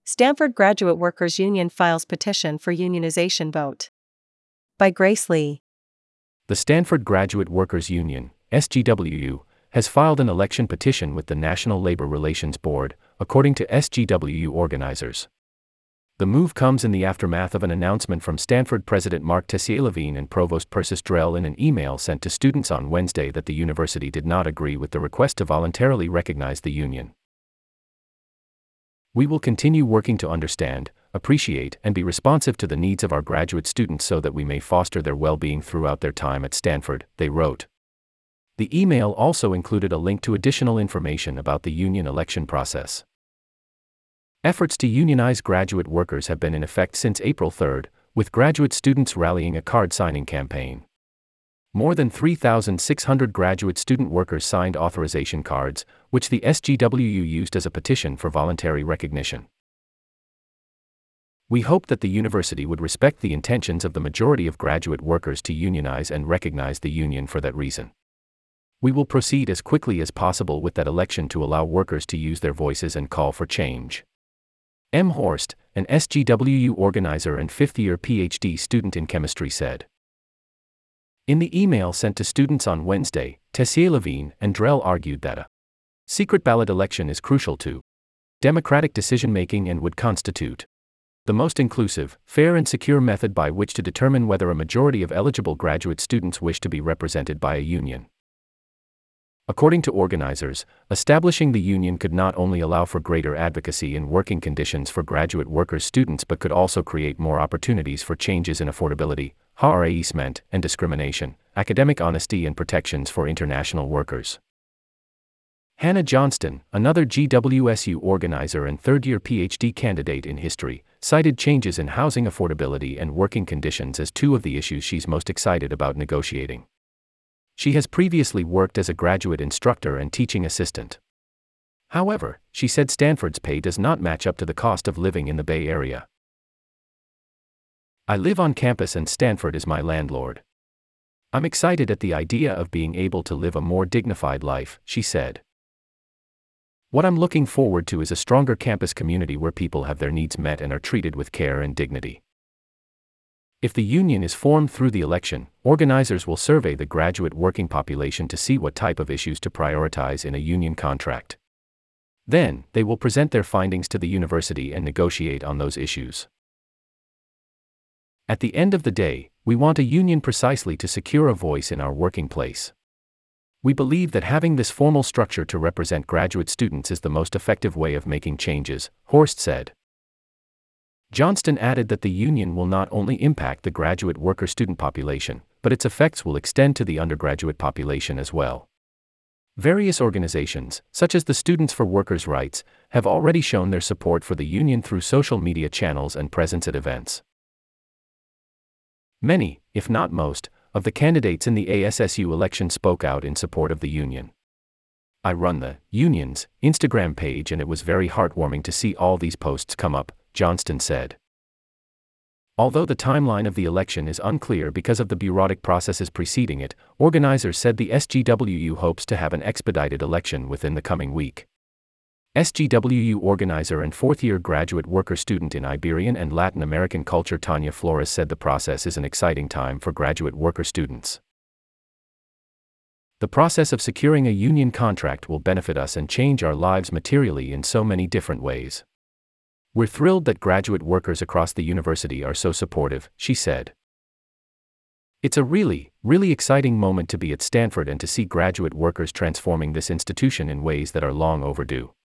Stanford Graduate Workers Union files petition for unionization vote. By Grace Lee. The Stanford Graduate Workers Union, SGWU, has filed an election petition with the National Labor Relations Board, according to SGWU organizers. The move comes in the aftermath of an announcement from Stanford President Mark Tessier-Lavigne and Provost Persis Drell in an email sent to students on Wednesday that the university did not agree with the request to voluntarily recognize the union. We will continue working to understand, appreciate, and be responsive to the needs of our graduate students so that we may foster their well-being throughout their time at Stanford, they wrote. The email also included a link to additional information about the union election process. Efforts to unionize graduate workers have been in effect since April 3, with graduate students rallying a card-signing campaign. More than 3,600 graduate student workers signed authorization cards, which the SGWU used as a petition for voluntary recognition. We hope that the university would respect the intentions of the majority of graduate workers to unionize and recognize the union for that reason. We will proceed as quickly as possible with that election to allow workers to use their voices and call for change. M. Horst, an SGWU organizer and fifth-year PhD student in chemistry said. In the email sent to students on Wednesday, Tessier-Lavigne and Drell argued that a secret ballot election is crucial to democratic decision-making and would constitute the most inclusive, fair and secure method by which to determine whether a majority of eligible graduate students wish to be represented by a union. According to organizers, establishing the union could not only allow for greater advocacy and working conditions for graduate workers students but could also create more opportunities for changes in affordability, harassment and discrimination, academic honesty and protections for international workers. Hannah Johnston, another GWSU organizer and third-year PhD candidate in history, cited changes in housing affordability and working conditions as two of the issues she's most excited about negotiating. She has previously worked as a graduate instructor and teaching assistant. However, she said Stanford's pay does not match up to the cost of living in the Bay Area. I live on campus and Stanford is my landlord. I'm excited at the idea of being able to live a more dignified life, she said. What I'm looking forward to is a stronger campus community where people have their needs met and are treated with care and dignity. If the union is formed through the election, organizers will survey the graduate working population to see what type of issues to prioritize in a union contract. Then, they will present their findings to the university and negotiate on those issues. At the end of the day, we want a union precisely to secure a voice in our working place. We believe that having this formal structure to represent graduate students is the most effective way of making changes, Horst said. Johnston added that the union will not only impact the graduate worker-student population, but its effects will extend to the undergraduate population as well. Various organizations, such as the Students for Workers' Rights, have already shown their support for the union through social media channels and presence at events. Many, if not most, of the candidates in the ASSU election spoke out in support of the union. I run the union's Instagram page and it was very heartwarming to see all these posts come up, Johnston said. Although the timeline of the election is unclear because of the bureaucratic processes preceding it, organizers said the SGWU hopes to have an expedited election within the coming week. SGWU organizer and fourth-year graduate worker student in Iberian and Latin American culture Tanya Flores said the process is an exciting time for graduate worker students. The process of securing a union contract will benefit us and change our lives materially in so many different ways. We're thrilled that graduate workers across the university are so supportive, she said. It's a really exciting moment to be at Stanford and to see graduate workers transforming this institution in ways that are long overdue.